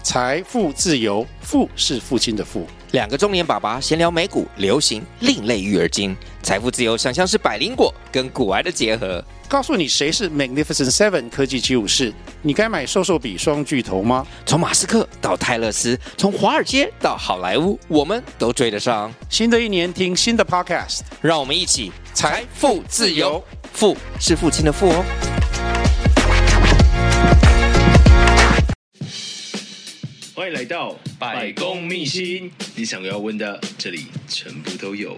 财富自由，富是父亲的富。 两个中年爸爸闲聊美股、流行、另类育儿经，财富自由想象是百灵果跟股癌的结合。 告诉你谁是 Magnificent Seven 科技75士，你该买瘦瘦比双巨头吗？ 从马斯克到泰勒斯，从华尔街到好莱坞，我们都追得上。 新的一年听新的 Podcast， 让我们一起财富自由， 富是父亲的富哦。 欢迎来到百工秘辛，你想要问的，这里全部都有。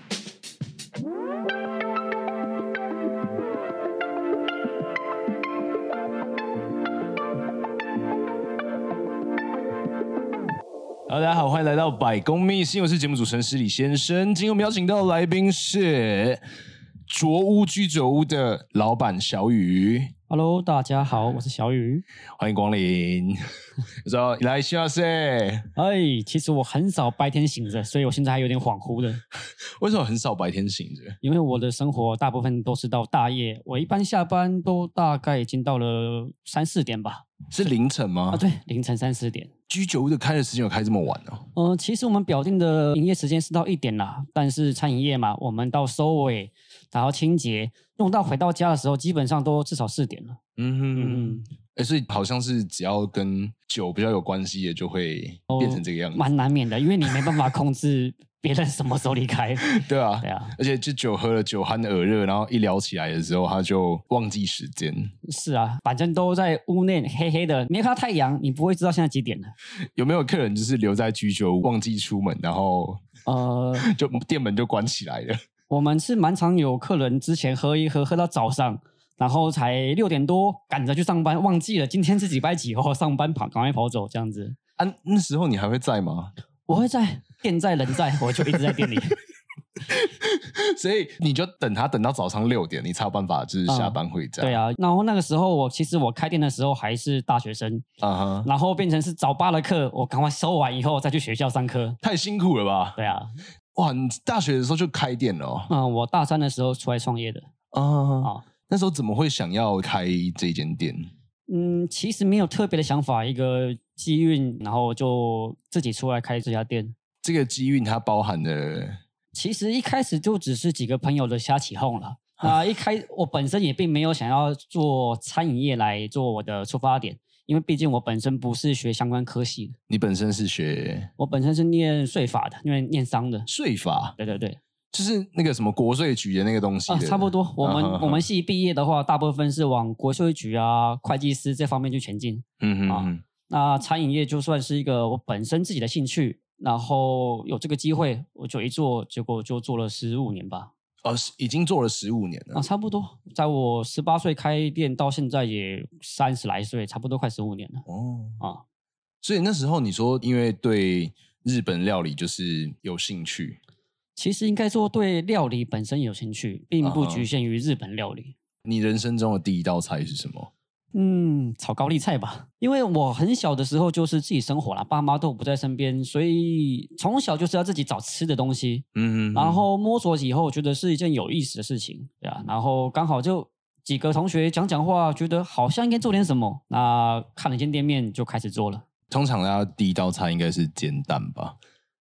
Hello， 大家好，欢迎来到百工秘辛，我是节目主持人施礼先生。今天我们邀请到的来宾是卓屋居酒屋的老板小雨。 Hello， 大家好，我是小雨， 欢迎光临。我说来笑噻。 其实我很少白天醒着，所以我现在还有点恍惚的。 为什么很少白天醒着？ 因为我的生活大部分都是到大夜，我一般下班都大概已经到了3-4点吧。 是凌晨吗？ 对，凌晨3-4点。 居酒屋的开的时间有开这么晚哦？ 其实我们表定的营业时间是到1点啦，但是餐饮业嘛，我们到收尾，然后清洁，弄到回到家的时候，基本上都至少4点了。 所以好像是只要跟酒比较有关系的，就会变成这个样子。 蛮难免的，因为你没办法控制别人什么时候离开。 对啊， 对啊， 而且就酒喝了，酒酣耳热，然后一聊起来的时候，他就忘记时间。 是啊，反正都在屋内黑黑的，没看到太阳，你不会知道现在几点了。 有没有客人就是留在居酒屋忘记出门，然后就店门就关起来了？ 我们是蛮常有客人之前喝一喝，喝到早上，然后才6点多赶着去上班，忘记了今天是礼拜几后上班赶快跑走这样子。 啊，那时候你还会在吗？ 我会在，店在人在，我就一直在店里。 所以你就等到早上6点，你才有办法就是下班回家。 对啊，然后那个时候我开店的时候还是大学生，然后变成是早8的课，我赶快收完以后再去学校上课。 太辛苦了吧？ 对啊。 哇，你大学的时候就开店了哦？ 我大3的时候出来创业的。 那时候怎么会想要开这间店？ 其实没有特别的想法，一个机运，然后就自己出来开这家店。 这个机运它包含了， 其实一开始就只是几个朋友的瞎起哄了。我本身也并没有想要做餐饮业来做我的出发点，因为毕竟我本身不是学相关科系的。 你本身是学？ 我本身是念税法的，因为念商的。 税法？ 对对对。 就是那个什么国税局的那个东西差不多。我们系毕业的话，大部分是往国税局啊、会计师这方面去前进。那餐饮业就算是一个我本身自己的兴趣，然后有这个机会，我就一做，结果就做了15年吧。 已经做了15年了差不多。在我18岁开店到现在也30来岁，差不多快15年了。 所以那时候你说，因为对日本料理就是有兴趣。 其实应该说对料理本身有兴趣，并不局限于日本料理。 你人生中的第一道菜是什么？ 炒高丽菜吧。因为我很小的时候就是自己生活啦，爸妈都不在身边，所以从小就是要自己找吃的东西。然后摸索以后觉得是一件有意思的事情，对啊。然后刚好就几个同学讲话，觉得好像应该做点什么，那看了间店面就开始做了。 通常大家第一道菜应该是煎蛋吧？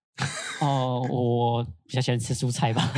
我比较喜欢吃蔬菜吧。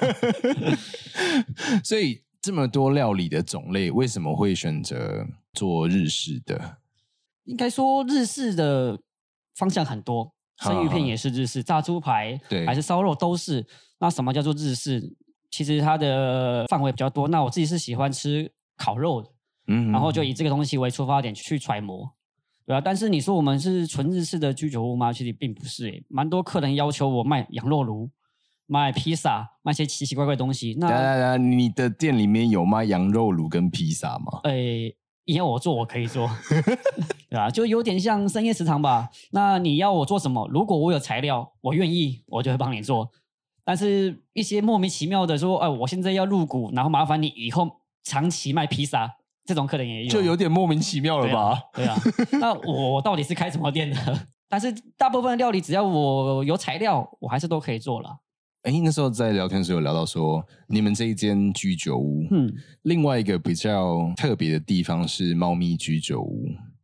所以这么多料理的种类，为什么会选择做日式的？ 应该说日式的方向很多，生鱼片也是日式，炸猪排还是烧肉都是。那什么叫做日式？其实它的范围比较多。那我自己是喜欢吃烤肉的，然后就以这个东西为出发点去揣摩。对啊，但是你说我们是纯日式的居酒屋吗？其实并不是蛮多客人要求我卖羊肉炉、卖披萨、卖些奇奇怪怪的东西。 那你的店里面有卖羊肉炉跟披萨吗？ 你要我做，我可以做。对啊，就有点像深夜食堂吧。那你要我做什么？如果我有材料，我愿意，我就会帮你做。但是一些莫名其妙的说，我现在要入股，然后麻烦你以后长期卖披萨。这种客人也有， 就有点莫名其妙了吧？ 对啊。那我到底是开什么店的？但是大部分的料理，只要我有材料，我还是都可以做了。 那时候在聊天的时候有聊到说，你们这一间居酒屋，另外一个比较特别的地方是猫咪居酒屋。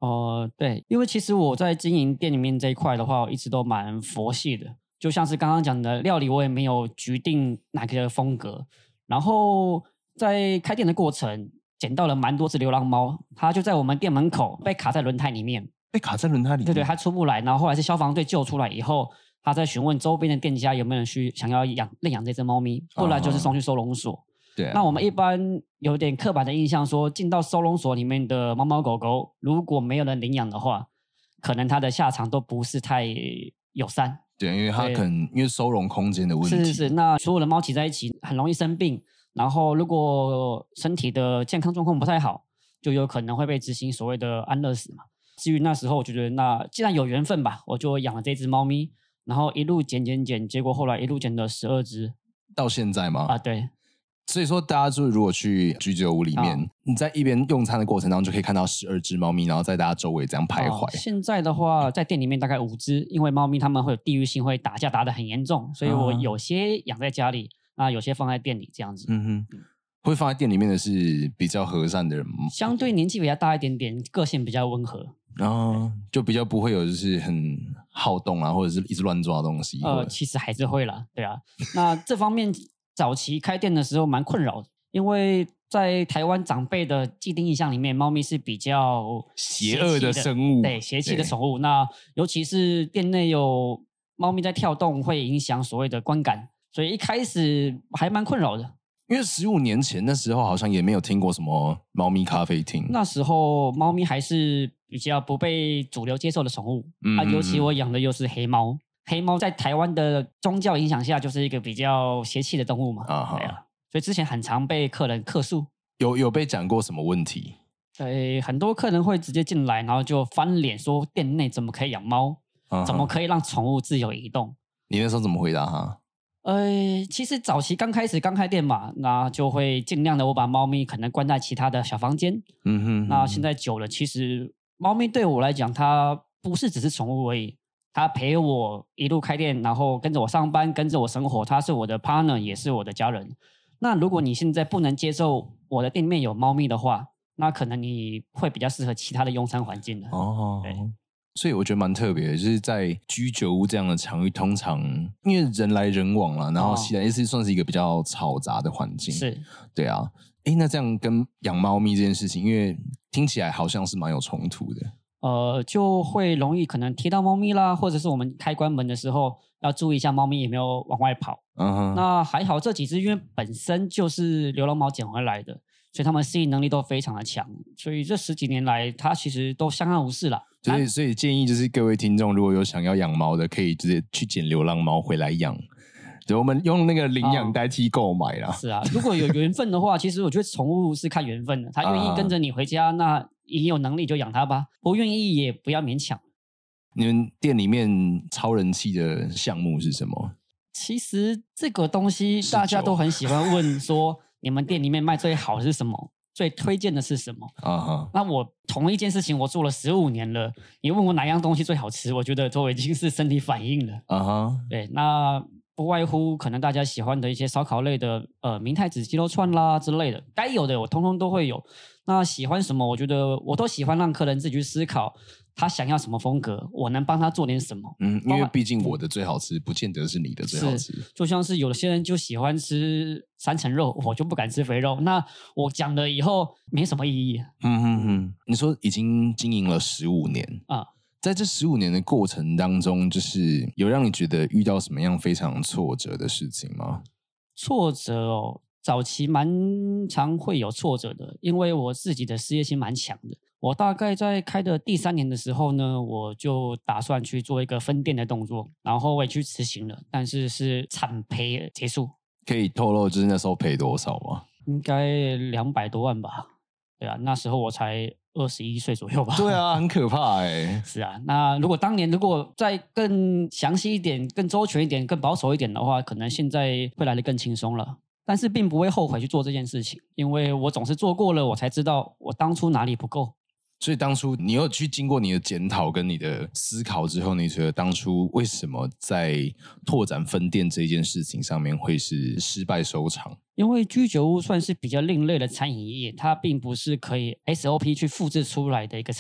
对，因为其实我在经营店里面这一块的话，我一直都蛮佛系的，就像是刚刚讲的料理，我也没有决定哪个风格。然后在开店的过程，捡到了蛮多只流浪猫，它就在我们店门口被卡在轮胎里面。 被卡在轮胎里面？ 对，它出不来，然后后来是消防队救出来以后，他在询问周边的店家有没有人想要认养这只猫咪，不然就是送去收容所。 对啊， 那我们一般有点刻板的印象说，进到收容所里面的猫猫狗狗，如果没有人领养的话，可能它的下场都不是太友善。 对，因为它可能因为收容空间的问题。 是，那所有的猫挤在一起，很容易生病。然后如果身体的健康状况不太好，就有可能会被执行所谓的安乐死嘛。至于那时候，我觉得那既然有缘分吧，我就养了这只猫咪，然后一路捡，结果后来一路捡了12只， 到现在吗？ 对。 所以说，大家就如果去居酒屋里面，你在一边用餐的过程当中，就可以看到12只猫咪，然后在大家周围这样徘徊。 现在的话，在店里面大概5只，因为猫咪它们会有地域性，会打架打得很严重，所以我有些养在家里，那有些放在店里这样子。 会放在店里面的是比较和善的人吗？ 相对年纪比较大一点点，个性比较温和。 就比较不会有就是很好动啊，或者是一直乱抓东西。 其实还是会啦，对啊。那这方面早期开店的时候蛮困扰的，因为在台湾长辈的既定印象里面，猫咪是比较邪恶的生物， 对，邪气的宠物。那尤其是店内有猫咪在跳动，会影响所谓的观感，所以一开始还蛮困扰的。 因为15年前那时候好像也没有听过什么猫咪咖啡厅， 那时候猫咪还是比较不被主流接受的宠物。尤其我养的又是黑猫，黑猫在台湾的宗教影响下就是一个比较邪气的动物嘛。对啊，所以之前很常被客人客诉。 有被讲过什么问题？ 很多客人会直接进来，然后就翻脸说店内怎么可以养猫，怎么可以让宠物自由移动？ 你那时候怎么回答他？ 其实早期刚开店嘛，那就会尽量的我把猫咪可能关在其他的小房间。那现在久了，其实猫咪对我来讲，它不是只是宠物而已，它陪我一路开店，然后跟着我上班，跟着我生活，它是我的 partner， 也是我的家人。那如果你现在不能接受我的店面有猫咪的话，那可能你会比较适合其他的用餐环境的。对。 所以我觉得蛮特别的，就是在居酒屋这样的场域，通常因为人来人往啦，然后其实是算是一个比较嘈杂的环境。 是， 对啊。那这样跟养猫咪这件事情，因为听起来好像是蛮有冲突的。 就会容易可能贴到猫咪啦，或者是我们开关门的时候要注意一下猫咪有没有往外跑。那还好这几只因为本身就是流浪猫捡回来的，所以它们适应能力都非常的强，所以这10几年来它其实都相安无事啦。 所以建议就是各位听众如果有想要养猫的，可以直接去捡流浪猫回来养，对，我们用那个领养代替购买啦。 是啊，如果有缘分的话，其实我觉得宠物是看缘分的，它愿意跟着你回家，那你有能力就养它吧，不愿意也不要勉强。 你们店里面超人气的项目是什么？ 其实这个东西大家都很喜欢问说，你们店里面卖最好的是什么？最推荐的是什么？那我同一件事情我做了15年了，你问我哪样东西最好吃，我觉得都已经是身体反应了。对，那不外乎可能大家喜欢的一些烧烤类的，明太子鸡肉串啦之类的，该有的我通通都会有。那喜欢什么，我觉得我都喜欢让客人自己去思考他想要什么风格，我能帮他做点什么。 因为毕竟我的最好吃不见得是你的最好吃。 就像是有些人就喜欢吃3层肉，我就不敢吃肥肉，那我讲了以后没什么意义。 你说已经经营了15年在这15年的过程当中，就是有让你觉得遇到什么样非常挫折的事情吗？ 挫折早期蛮常会有挫折的，因为我自己的事业心蛮强的。我大概在开的第3年的时候呢，我就打算去做一个分店的动作，然后我也去执行了，但是惨赔结束。 可以透露就是那时候赔多少吗？ 应该200多万吧。对啊，那时候我才21岁左右吧。 对啊，很可怕是啊，那如果当年再更详细一点、更周全一点、更保守一点的话，可能现在会来得更轻松了。但是并不会后悔去做这件事情，因为我总是做过了，我才知道我当初哪里不够。 所以当初你有去经过你的检讨跟你的思考之后，你觉得当初为什么在拓展分店这件事情上面会是失败收场？ 因为居酒屋算是比较另类的餐饮业，它并不是可以 SOP 去复制出来的一个餐饮。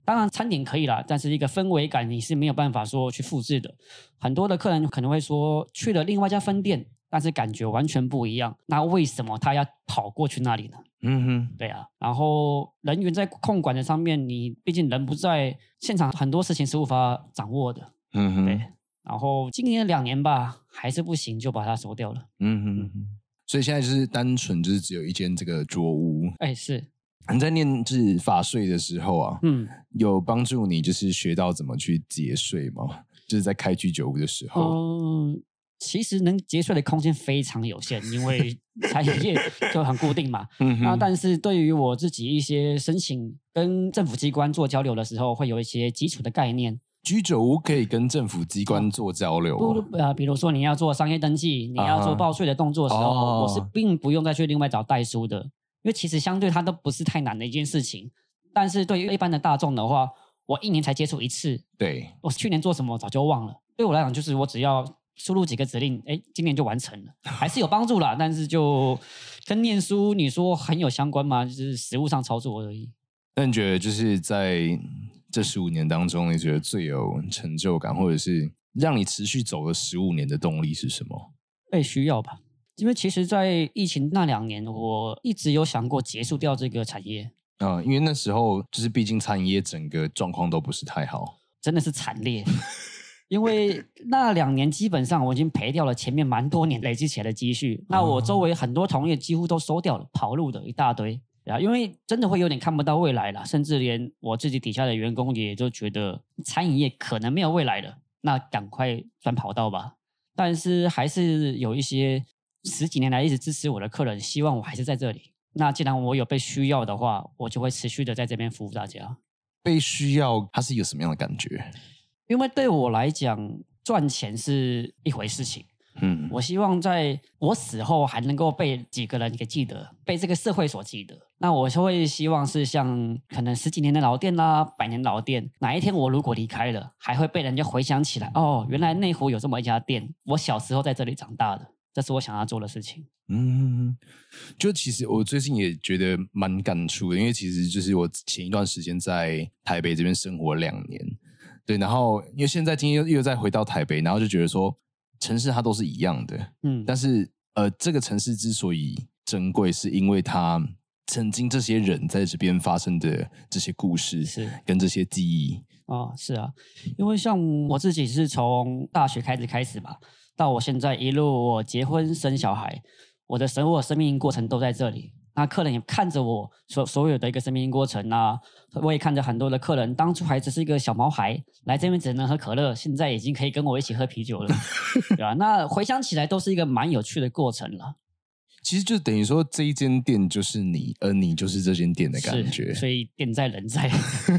当然餐点可以啦，但是一个氛围感你是没有办法说去复制的。很多的客人可能会说去了另外一家分店，但是感觉完全不一样，那为什么他要跑过去那里呢？对啊。然后人员在控管的上面，你毕竟人不在现场，很多事情是无法掌握的。对。然后今年2年吧，还是不行，就把它收掉了。 所以现在就是单纯就是只有一间这个桌屋。 是。 你在念就是法税的时候啊，有帮助你就是学到怎么去节税吗？就是在开居酒屋的时候。 其实能节税的空间非常有限，因为餐饮业就很固定嘛。那但是对于我自己一些申请跟政府机关做交流的时候，会有一些基础的概念。 居酒屋可以跟政府机关做交流比如说你要做商业登记，你要做报税的动作的时候，我是并不用再去另外找代书的，因为其实相对它都不是太难的一件事情。但是对于一般的大众的话，我1年才接触1次， 对， 我去年做什么我早就忘了。对我来讲，就是我只要输入几个指令，今年就完成了，还是有帮助啦。但是就跟念书你说很有相关吗？就是实务上操作而已。 那你觉得就是在这15年当中，你觉得最有成就感，或者是让你持续走了15年的动力是什么？ 被需要吧。因为其实在疫情那2年，我一直有想过结束掉这个产业。 因为那时候就是毕竟餐饮业整个状况都不是太好， 真的是惨烈。因为那2年基本上我已经赔掉了前面蛮多年累积起来的积蓄，那我周围很多同业几乎都收掉了，跑路的一大堆。因为真的会有点看不到未来了，甚至连我自己底下的员工也就觉得餐饮业可能没有未来了，那赶快转跑道吧。但是还是有一些10几年来一直支持我的客人，希望我还是在这里。那既然我有被需要的话，我就会持续的在这边服务大家。 被需要，它是一个什么样的感觉？ 因为对我来讲，赚钱是一回事情。我希望在我死后还能够被几个人给记得，被这个社会所记得。那我就会希望是像可能10几年的老店啦，100年老店，哪一天我如果离开了，还会被人家回想起来，原来内湖有这么一家店，我小时候在这里长大的，这是我想要做的事情。 就其实我最近也觉得蛮感触的，因为其实就是我前一段时间在台北这边生活2年，对，然后因为现在今天又再回到台北，然后就觉得说城市它都是一样的，但是这个城市之所以珍贵，是因为它曾经这些人在这边发生的这些故事，是跟这些记忆。 是啊，因为像我自己是从大学开始吧，到我现在一路我结婚生小孩，我的生命过程都在这里。那客人也看着我所有的一个生命过程啊，我也看着很多的客人，当初还只是一个小毛孩，来这边只能喝可乐，现在已经可以跟我一起喝啤酒了，对吧？那回想起来都是一个蛮有趣的过程了。 其实就等于说这一间店就是你，而你就是这间店的感觉， 所以店在人在，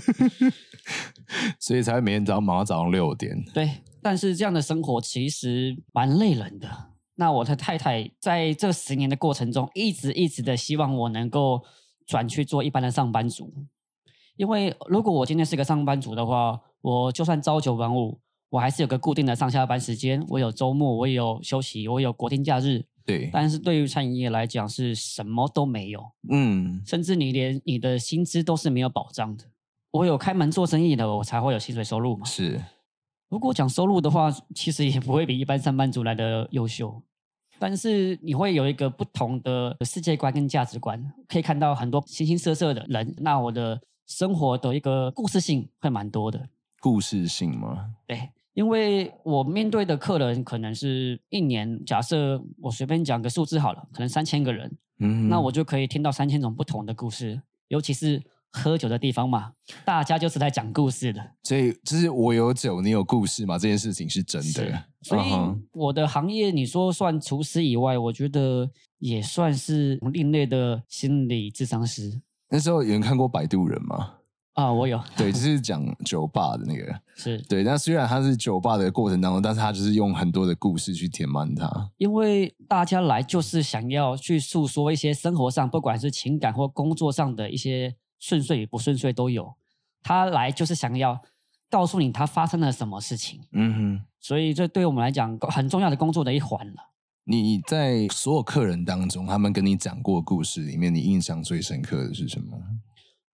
所以才会每天忙到早上6点。 对，但是这样的生活其实蛮累人的。那我的太太在这10年的过程中，一直的希望我能够转去做一般的上班族，因为如果我今天是个上班族的话，我就算朝9晚5，我还是有个固定的上下班时间，我有周末，我有休息，我有国定假日。 对， 但是对于餐饮业来讲是什么都没有，甚至你连你的薪资都是没有保障的。我有开门做生意的，我才会有薪水收入嘛。 是。 如果讲收入的话，其实也不会比一般上班族来的优秀，但是你会有一个不同的世界观跟价值观，可以看到很多形形色色的人，那我的生活的一个故事性会蛮多的。 故事性吗？ 对，因为我面对的客人可能是1年，假设我随便讲个数字好了，可能3000个人，那我就可以听到3000种不同的故事，尤其是喝酒的地方嘛，大家就是在讲故事的， 所以就是我有酒你有故事嘛，这件事情是真的。 所以我的行业你说算厨师以外，我觉得也算是另类的心理咨商师。 那时候有人看过摆渡人吗？ 我有。 对，就是讲酒吧的那个。 是。 对，那虽然它是酒吧的过程当中，但是它就是用很多的故事去填满它。 因为大家来就是想要去诉说一些生活上，不管是情感或工作上的一些顺遂与不顺遂都有，他来就是想要告诉你他发生了什么事情。所以这对我们来讲很重要的工作的一环了。 你在所有客人当中，他们跟你讲过的故事里面，你印象最深刻的是什么？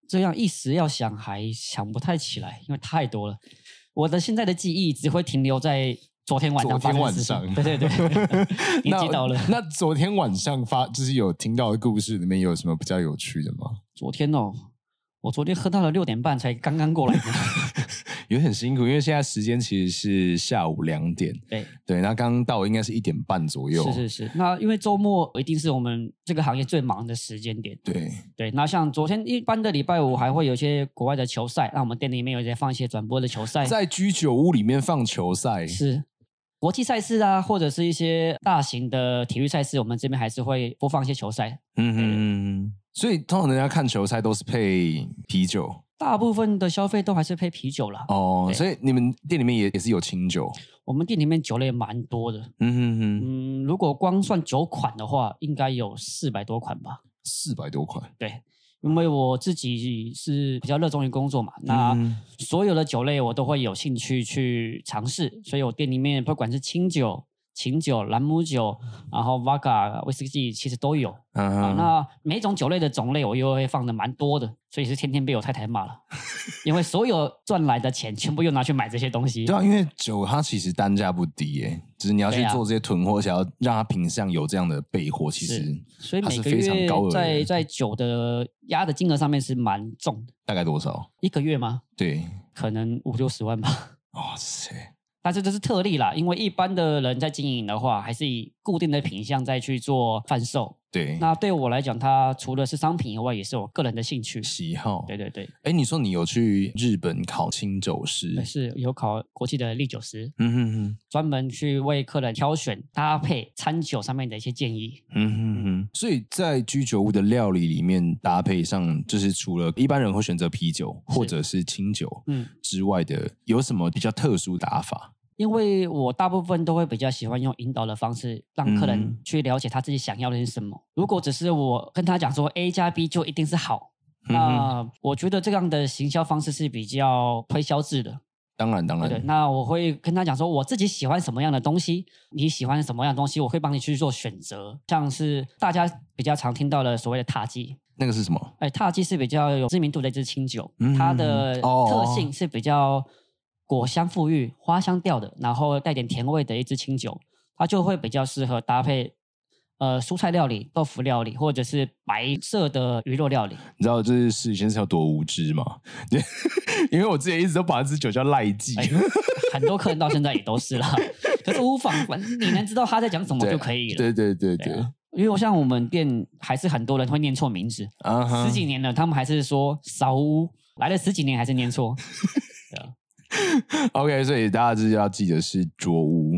这样一时要想还想不太起来，因为太多了。我的现在的记忆只会停留在昨天晚上发生的事情。对对对，你记到了。 那昨天晚上就是有听到的故事里面有什么比较有趣的吗？ 昨天哦，我昨天喝到了6点半才刚刚过来的。 有点辛苦，因为现在时间其实是下午2点。对，那刚刚到应该是1点半左右。 是。那因为周末一定是我们这个行业最忙的时间点。对。那像昨天一般的礼拜五还会有一些国外的球赛，那我们店里面有在放一些转播的球赛， 在居酒屋里面放球赛。 是国际赛事啊，或者是一些大型的体育赛事，我们这边还是会播放一些球赛。 所以通常人家看球赛都是配啤酒。 大部分的消费都还是配啤酒啦。 所以你们店里面也是有清酒？ 我们店里面酒类蛮多的。如果光算酒款的话，应该有400多款吧。 400多款？ 对，因为我自己是比较热衷于工作嘛，那所有的酒类我都会有兴趣去尝试，所以我店里面不管是清酒、琴酒、朗姆酒，然后 Vodka、威士忌其实都有。那每种酒类的种类我又会放的蛮多的，所以是天天被我太太骂了，因为所有赚来的钱全部又拿去买这些东西。 对啊，因为酒它其实单价不低耶，就是你要去做这些囤货，想要让它品相有这样的备货，其实所以每个非常高额月在酒的压的金额上面是蛮重的。 大概多少？ 一个月吗？ 对， 可能50-60万吧。 哇塞！ 但是这是特例啦，因为一般的人在经营的话，还是以固定的品项再去做贩售。 对， 那对我来讲，它除了是商品以外，也是我个人的兴趣喜好。 对。 你说你有去日本考清酒师？ 是有考国际的唎酒师。专门去为客人挑选搭配餐酒上面的一些建议。 所以在居酒屋的料理里面搭配上，就是除了一般人会选择啤酒或者是清酒之外的，有什么比较特殊打法？ 因为我大部分都会比较喜欢用引导的方式，让客人去了解他自己想要的是什么。如果只是我跟他讲说 A 加 B 就一定是好，那我觉得这样的行销方式是比较推销制的。 当然。 对，那我会跟他讲说，我自己喜欢什么样的东西，你喜欢什么样的东西，我会帮你去做选择。像是大家比较常听到的所谓的塔基， 那个是什么？ 塔基是比较有知名度的一支清酒，它的特性是比较果香馥郁、花香调的，然后带点甜味的一支清酒，它就会比较适合搭配蔬菜料理、豆腐料理，或者是白色的鱼肉料理。你知道这是事先是要多无知吗？因为我之前一直都把这支酒叫赖记， 很多客人到现在也都是啦。可是无妨，你能知道他在讲什么就可以了。 对。 因为像我们店还是很多人会念错名字，10几年了，他们还是说扫屋，来了10几年还是念错。 OK， 所以大家就是要记得是桌屋。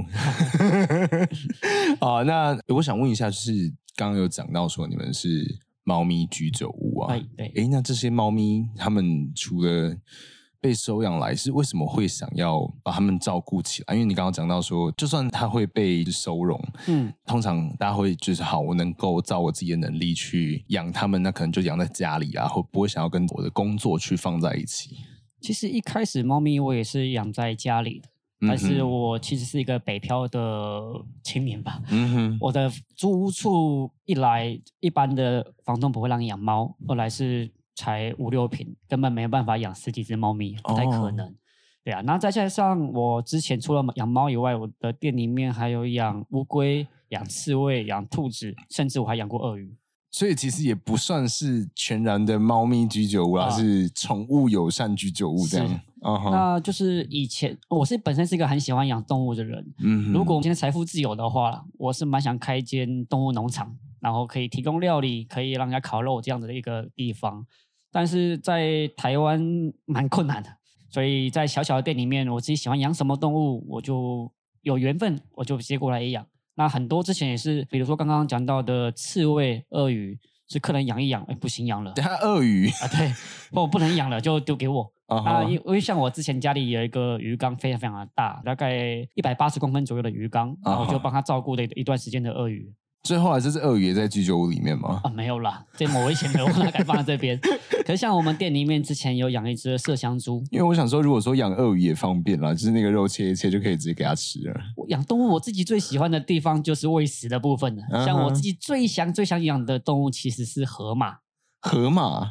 好，那我想问一下，就是刚刚有讲到说你们是猫咪居酒屋啊？ 对。 那这些猫咪他们除了被收养来，是为什么会想要把他们照顾起来？因为你刚刚讲到说，就算它会被收容，通常大家会就是好，我能够照我自己的能力去养它们，那可能就养在家里啊，或不会想要跟我的工作去放在一起。 其实一开始猫咪我也是养在家里的，但是我其实是一个北漂的青年吧。我的租屋处一来，一般的房东不会让你养猫，二来是才5-6坪，根本没有办法养10几只猫咪，不太可能。对啊，那再加上我之前除了养猫以外，我的店里面还有养乌龟、养刺猬、养兔子，甚至我还养过鳄鱼。 所以其实也不算是全然的猫咪居酒屋啦，是宠物友善居酒屋这样。 那就是以前我是本身是一个很喜欢养动物的人。如果我们今天财富自由的话，我是蛮想开一间动物农场，然后可以提供料理，可以让人家烤肉这样的一个地方。但是在台湾蛮困难的，所以在小小的店里面，我自己喜欢养什么动物，我就有缘分，我就接过来养。那很多之前也是，比如说刚刚讲到的刺猬、鳄鱼，是客人养一养，不行养了。 等下鳄鱼对，我不能养了，就丢给我。因为像我之前家里有一个鱼缸，非常非常的大，大概180公分左右的鱼缸，然后我就帮他照顾了一段时间的鳄鱼。 所以后来这只鳄鱼也在居酒屋里面吗？ 没有啦，这么危险的我哪敢放在这边？可是像我们店里面之前有养一只麝香猪， 因为我想说，如果说养鳄鱼也方便啦，就是那个肉切一切就可以直接给它吃了。 养动物我自己最喜欢的地方就是喂食的部分了。像我自己最想养的动物其实是河马。 河马？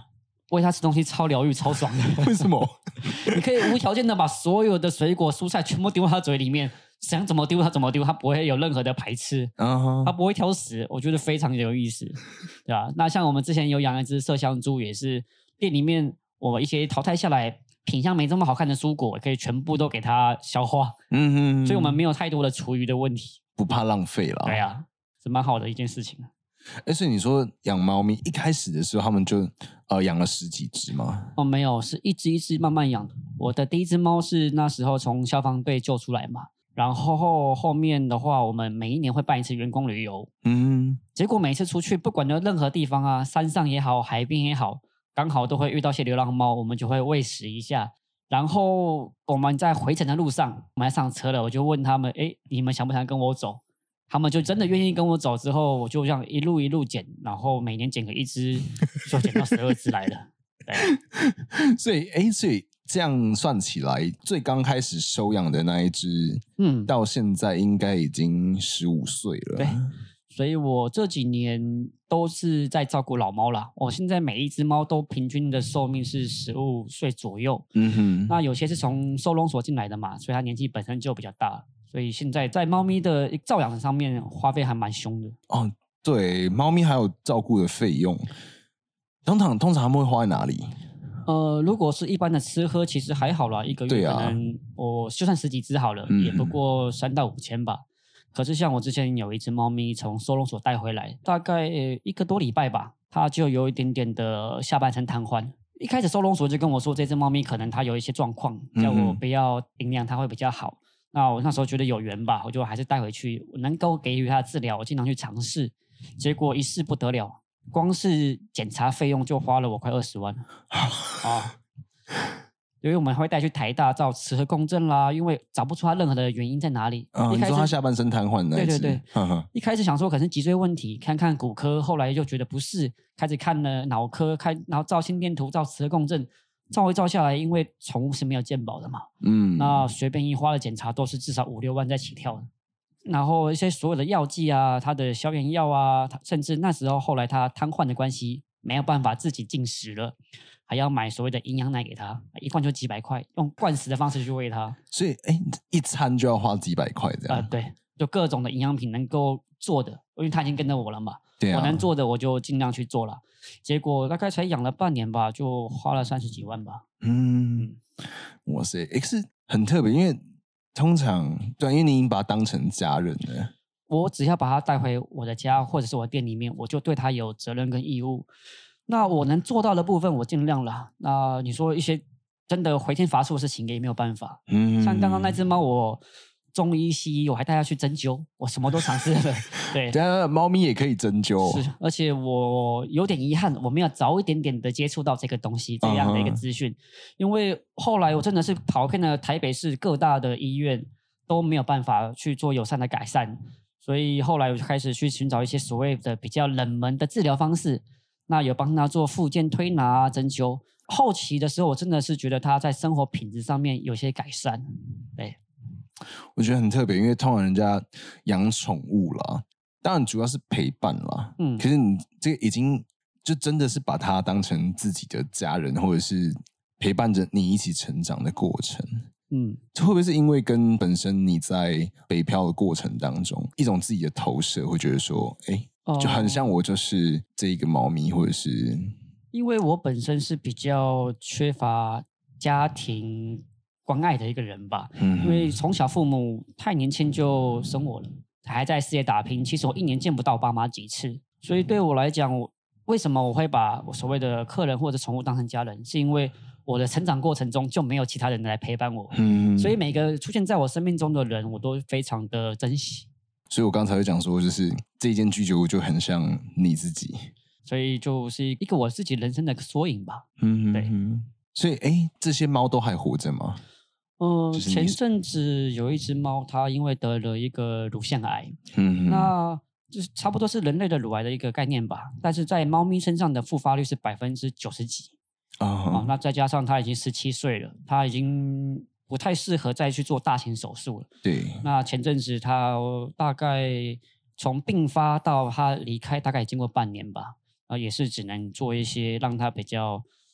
喂它吃东西超疗愈、超爽的。 为什么？ 你可以无条件的把所有的水果、蔬菜全部丢到它嘴里面，想怎么丢它怎么丢，它不会有任何的排斥，它不会挑食，我觉得非常有意思，对吧？那像我们之前有养一只麝香猪，也是店里面我一些淘汰下来品相没这么好看的蔬果，可以全部都给它消化。所以我们没有太多的厨余的问题， 不怕浪费啦。 对啊，是蛮好的一件事情。 所以你说养猫咪一开始的时候，他们就养了10几只吗？ 哦，没有，是一只一只慢慢养的。我的第一只猫是那时候从消防队救出来嘛，然后后面的话，我们每一年会办一次员工旅游。结果每次出去，不管在任何地方啊，山上也好，海边也好，刚好都会遇到些流浪猫，我们就会喂食一下。然后我们在回程的路上，我们要上车了，我就问他们：你们想不想跟我走？他们就真的愿意跟我走，之后我就这样一路一路捡，然后每年捡个1只，就捡到12只来了。对， 所以这样算起来，最刚开始收养的那一只，到现在应该已经15岁了。 对，所以我这几年都是在照顾老猫啦。我现在每一只猫都平均的寿命是15岁左右。那有些是从收容所进来的嘛，所以它年纪本身就比较大。所以现在在猫咪的照养上面花费还蛮凶的哦。对，猫咪还有照顾的费用，通常他们会花在哪里？ 如果是一般的吃喝，其实还好啦，一个月可能我就算10几只好了，也不过3到5千吧。可是像我之前有一只猫咪从收容所带回来，大概1个多礼拜吧，它就有一点点的下半身瘫痪。一开始收容所就跟我说，这只猫咪可能它有一些状况，叫我不要领养它会比较好。那我那时候觉得有缘吧，我就还是带回去，我能够给予它的治疗，我尽量去尝试。结果一试不得了，光是检查费用就花了我快20万啊！因为我们会带去台大照磁核共振啦，因为找不出它任何的原因在哪里。 你说它下半身瘫痪那一次？ 对，一开始想说可能是脊椎问题，看看骨科，后来就觉得不是，开始看了脑科，然后照心电图、照磁核共振，照一照下来，因为宠物是没有健保的嘛，那随便一花的检查都是至少5、6万在起跳的。然后一些所有的药剂啊，它的消炎药啊，甚至那时候后来它瘫痪的关系，没有办法自己进食了，还要买所谓的营养奶给它，一罐就几百块，用灌食的方式去喂它。 所以一餐就要花几百块这样。 对，就各种的营养品能够做的，因为它已经跟着我了嘛，我能做的我就尽量去做了。结果大概才养了半年吧，就花了30几万吧。 哇塞，是很特别，因为通常对，因为你已经把它当成家人了。 我只要把它带回我的家或者是我的店里面，我就对它有责任跟义务。那我能做到的部分，我尽量了。那你说一些真的回天乏术的事情，也没有办法。像刚刚那只猫，我中医西医我还带它去针灸，我什么都尝试了。对， 猫咪也可以针灸。 是，而且我有点遗憾，我没有早一点点的接触到这个东西，这样的一个资讯。因为后来我真的是跑遍了台北市各大的医院，都没有办法去做友善的改善。所以后来我就开始去寻找一些所谓的比较冷门的治疗方式，那有帮他做复健推拿、针灸。后期的时候，我真的是觉得他在生活品质上面有些改善。对， 我觉得很特别，因为通常人家养宠物啦，当然主要是陪伴啦，可是你这个已经就真的是把它当成自己的家人，或者是陪伴着你一起成长的过程。会不会是因为跟本身你在北漂的过程当中一种自己的投射，会觉得说就很像我就是这一个猫咪，或者是因为我本身是比较缺乏家庭关爱的一个人吧，因为从小父母太年轻就生我了，还在事业打拼，其实我1年见不到爸妈几次，所以对我来讲，为什么我会把我所谓的客人或者宠物当成家人，是因为我的成长过程中就没有其他人来陪伴我，所以每个出现在我生命中的人，我都非常的珍惜。 所以我刚才会讲说，就是这间居酒屋就很像你自己， 所以就是一个我自己人生的缩影吧。对。 所以这些猫都还活着吗？ 前阵子有一只猫，它因为得了一个乳腺癌，那就是差不多是人类的乳癌的一个概念吧，但是在猫咪身上的复发率是90%几。那再加上它已经17岁了，它已经不太适合再去做大型手术了。 对。 那前阵子它大概从病发到它离开，大概经过半年吧，也是只能做一些让它比较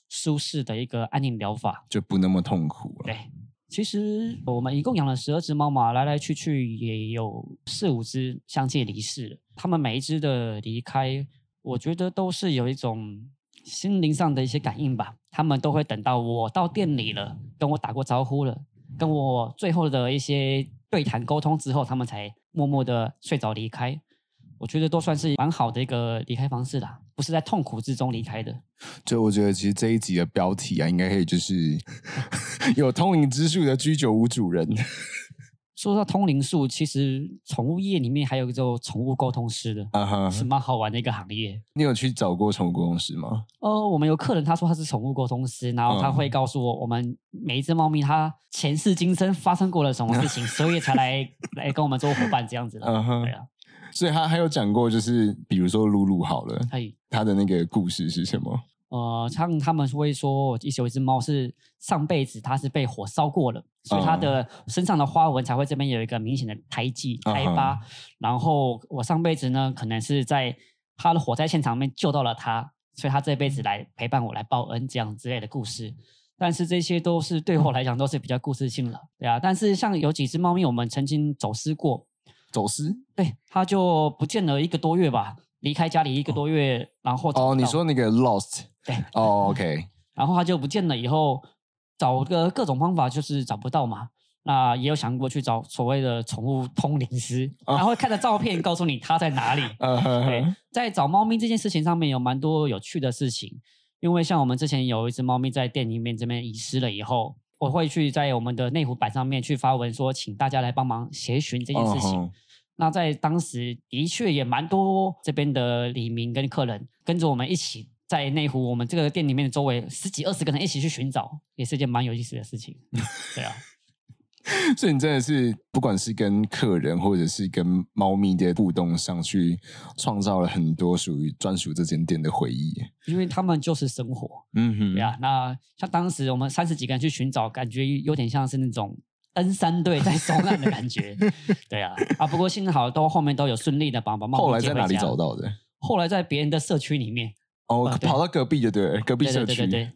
舒适的一个安宁疗法， 就不那么痛苦了。 对，其实我们一共养了12只猫嘛，来来去去也有4-5只相继离世了。它们每一只的离开，我觉得都是有一种心灵上的一些感应吧。他们都会等到我到店里了，跟我打过招呼了，跟我最后的一些对谈沟通之后，他们才默默的睡着离开。我觉得都算是蛮好的一个离开方式啦，不是在痛苦之中离开的。 就我觉得其实这一集的标题啊，应该可以就是有通灵之术的居酒屋主人。 说到通灵术，其实宠物业里面还有一个叫宠物沟通师的，是蛮好玩的一个行业。 你有去找过宠物沟通师吗？ 我们有客人他说他是宠物沟通师，然后他会告诉我们每一只猫咪它前世今生发生过了什么事情，所以才来跟我们做伙伴这样子的。对啊。 所以他还有讲过，就是比如说露露好了，他的那个故事是什么？ 像他们会说，有一只猫是上辈子它是被火烧过了，所以它的身上的花纹才会这边有一个明显的胎记、胎疤。然后我上辈子呢，可能是在它的火灾现场里面救到了它，所以它这辈子来陪伴我，来报恩这样之类的故事。但是这些都是对我来讲都是比较故事性了，对啊。但是像有几只猫咪，我们曾经走失过。 走失？ 对，它就不见了1个多月吧，离开家里1个多月，然后你说那个 lost？ 对 ，OK。然后它就不见了以后，找个各种方法就是找不到嘛。那也有想过去找所谓的宠物通灵师，然后看着照片告诉你它在哪里。对，在找猫咪这件事情上面有蛮多有趣的事情，因为像我们之前有一只猫咪在店里面这边遗失了以后，我会去在我们的内湖版上面去发文说，请大家来帮忙协寻这件事情。那在当时的确也蛮多这边的里民跟客人跟着我们一起在内湖我们这个店里面的周围10几20个人一起去寻找，也是一件蛮有意思的事情。对啊。 所以你真的是不管是跟客人或者是跟猫咪的互动上去创造了很多属于专属这间店的回忆， 因为他们就是生活。对啊。那像当时我们30几个人去寻找，感觉有点像是那种登山队在遭难的感觉。对啊。不过幸好后面都有顺利的把猫咪后来在哪里找到的？ 后来在别人的社区里面。 跑到隔壁就对了，隔壁社区。 对。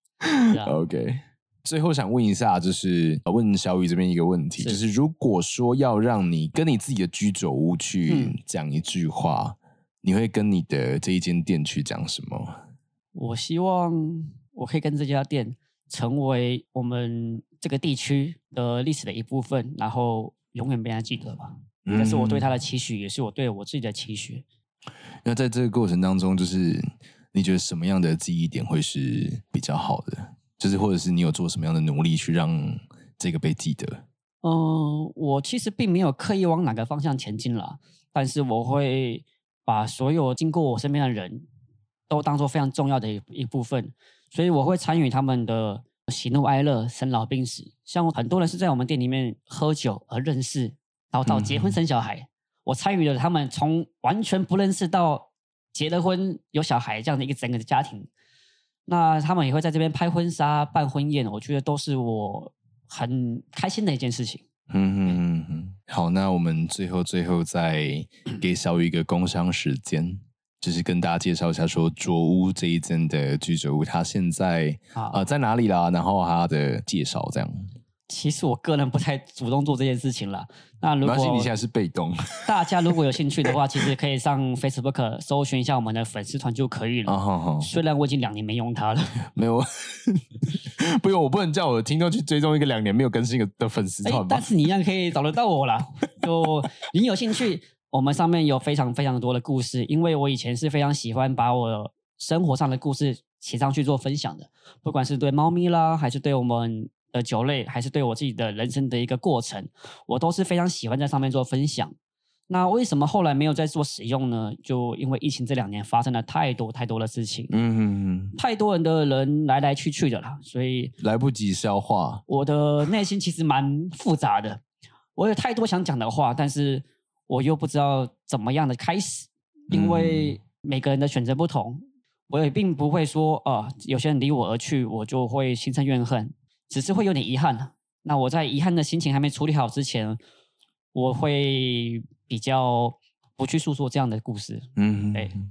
OK。最后想问一下，就是问小雨这边一个问题，就是如果说要让你跟你自己的居酒屋去讲一句话，你会跟你的这一间店去讲什么？ 我希望我可以跟这家店成为我们这个地区的历史的一部分，然后永远被人记得吧。这是我对他的期许，也是我对我自己的期许。 那在这个过程当中，就是你觉得什么样的记忆点会是比较好的？就是或者是你有做什么样的努力去让这个被记得？ 我其实并没有刻意往哪个方向前进啦，但是我会把所有经过我身边的人都当作非常重要的一部分，所以我会参与他们的喜怒哀乐、生老病死。像很多人是在我们店里面喝酒而认识，然后到结婚生小孩，我参与了他们从完全不认识到结了婚有小孩这样的一个整个的家庭。那他们也会在这边拍婚纱、办婚宴，我觉得都是我很开心的一件事情。 好，那我们最后再给小雨一个工商时间，就是跟大家介绍一下说卓屋这一间的居酒屋，它现在在哪里啦？然后它的介绍这样。 其实我个人不太主动做这件事情啦。那如果你现在是被动， 大家如果有兴趣的话，其实可以上 Facebook 搜寻一下我们的粉丝团就可以了。虽然我已经2年没用它了， 没有，不用，我不能叫我的听众去追踪一个2年没有更新的粉丝团吧？ 但是你一样可以找得到我啦。就你有兴趣，我们上面有非常非常多的故事，因为我以前是非常喜欢把我生活上的故事写上去做分享的，不管是对猫咪啦，还是对我们的酒类，还是对我自己的人生的一个过程，我都是非常喜欢在上面做分享。那为什么后来没有在做使用呢？就因为疫情这2年发生了太多的事情，太多人来来去去的啦，所以来不及消化。 我的内心其实蛮复杂的，我有太多想讲的话，但是我又不知道怎么样的开始，因为每个人的选择不同，我也并不会说有些人离我而去，我就会心生怨恨。只是会有点遗憾。那我在遗憾的心情还没处理好之前，我会比较不去诉说这样的故事。对。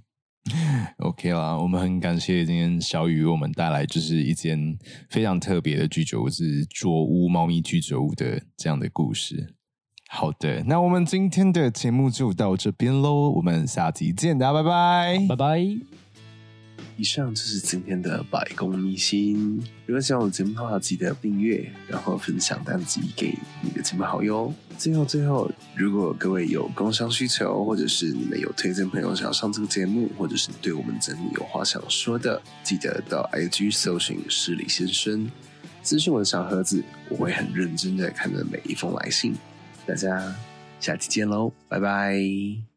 OK 啦，我们很感谢今天小雨为我们带来就是一间非常特别的居酒屋，是卓屋猫咪居酒屋的这样的故事。好的，那我们今天的节目就到这边咯，我们下集见，大家拜拜， 拜拜。 以上就是今天的百工秘辛。如果喜欢我的节目的话，记得订阅，然后分享单集给你的亲朋好友。最后，如果各位有工商需求，或者是你们有推荐朋友想要上这个节目，或者是对我们节目有话想说的，记得到 IG 搜寻失礼先生，私讯我的小盒子，我会很认真的看着每一封来信。大家下期见喽，拜拜。